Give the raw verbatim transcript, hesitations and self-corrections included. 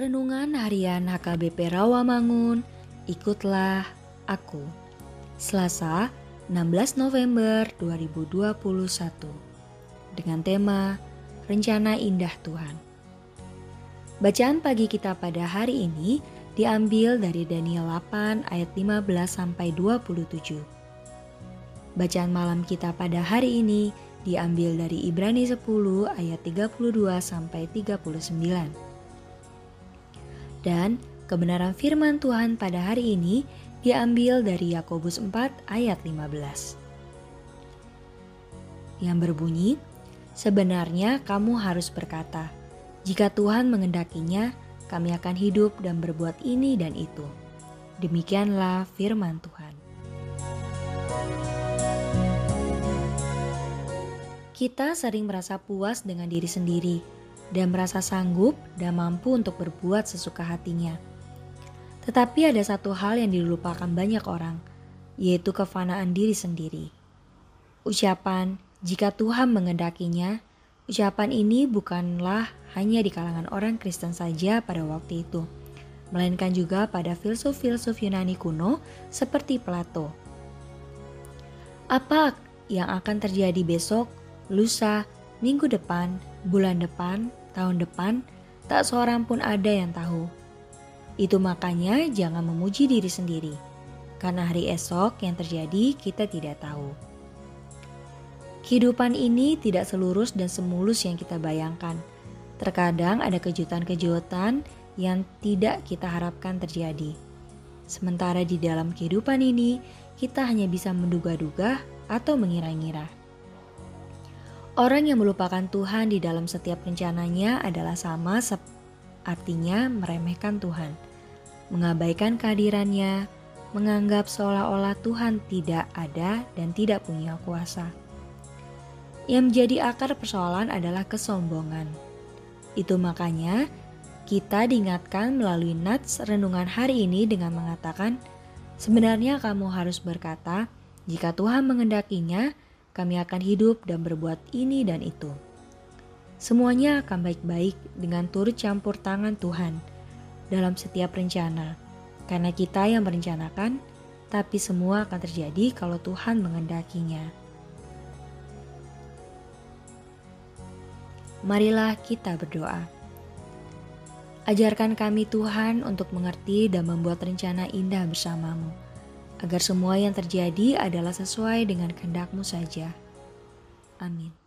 Renungan Harian H K B P Rawamangun, ikutlah aku. Selasa, enam belas November dua ribu dua puluh satu. Dengan tema Rencana Indah Tuhan. Bacaan pagi kita pada hari ini diambil dari Daniel delapan ayat lima belas sampai dua puluh tujuh. Bacaan malam kita pada hari ini diambil dari Ibrani sepuluh ayat tiga puluh dua sampai tiga puluh sembilan. Dan kebenaran firman Tuhan pada hari ini diambil dari Yakobus empat ayat lima belas. Yang berbunyi, sebenarnya kamu harus berkata, jika Tuhan mengendakinya, kami akan hidup dan berbuat ini dan itu. Demikianlah firman Tuhan. Kita sering merasa puas dengan diri sendiri dan merasa sanggup dan mampu untuk berbuat sesuka hatinya. Tetapi ada satu hal yang dilupakan banyak orang, yaitu kefanaan diri sendiri. Ucapan, jika Tuhan mengendakinya, ucapan ini bukanlah hanya di kalangan orang Kristen saja pada waktu itu, melainkan juga pada filsuf-filsuf Yunani kuno seperti Plato. Apa yang akan terjadi besok, lusa, minggu depan, bulan depan, tahun depan, tak seorang pun ada yang tahu. Itu makanya jangan memuji diri sendiri, karena hari esok yang terjadi kita tidak tahu. Kehidupan ini tidak selurus dan semulus yang kita bayangkan. Terkadang ada kejutan-kejutan yang tidak kita harapkan terjadi. Sementara di dalam kehidupan ini, kita hanya bisa menduga-duga atau mengira-ngira. Orang yang melupakan Tuhan di dalam setiap rencananya adalah sama sep- artinya meremehkan Tuhan, mengabaikan kehadirannya, menganggap seolah-olah Tuhan tidak ada dan tidak punya kuasa. Yang menjadi akar persoalan adalah kesombongan. Itu makanya kita diingatkan melalui nats renungan hari ini dengan mengatakan, sebenarnya kamu harus berkata, jika Tuhan mengendakinya, kami akan hidup dan berbuat ini dan itu. Semuanya akan baik-baik dengan turut campur tangan Tuhan dalam setiap rencana. Karena kita yang merencanakan, tapi semua akan terjadi kalau Tuhan mengendakinya. Marilah kita berdoa. Ajarkan kami Tuhan untuk mengerti dan membuat rencana indah bersamamu, agar semua yang terjadi adalah sesuai dengan kehendak-Mu saja. Amin.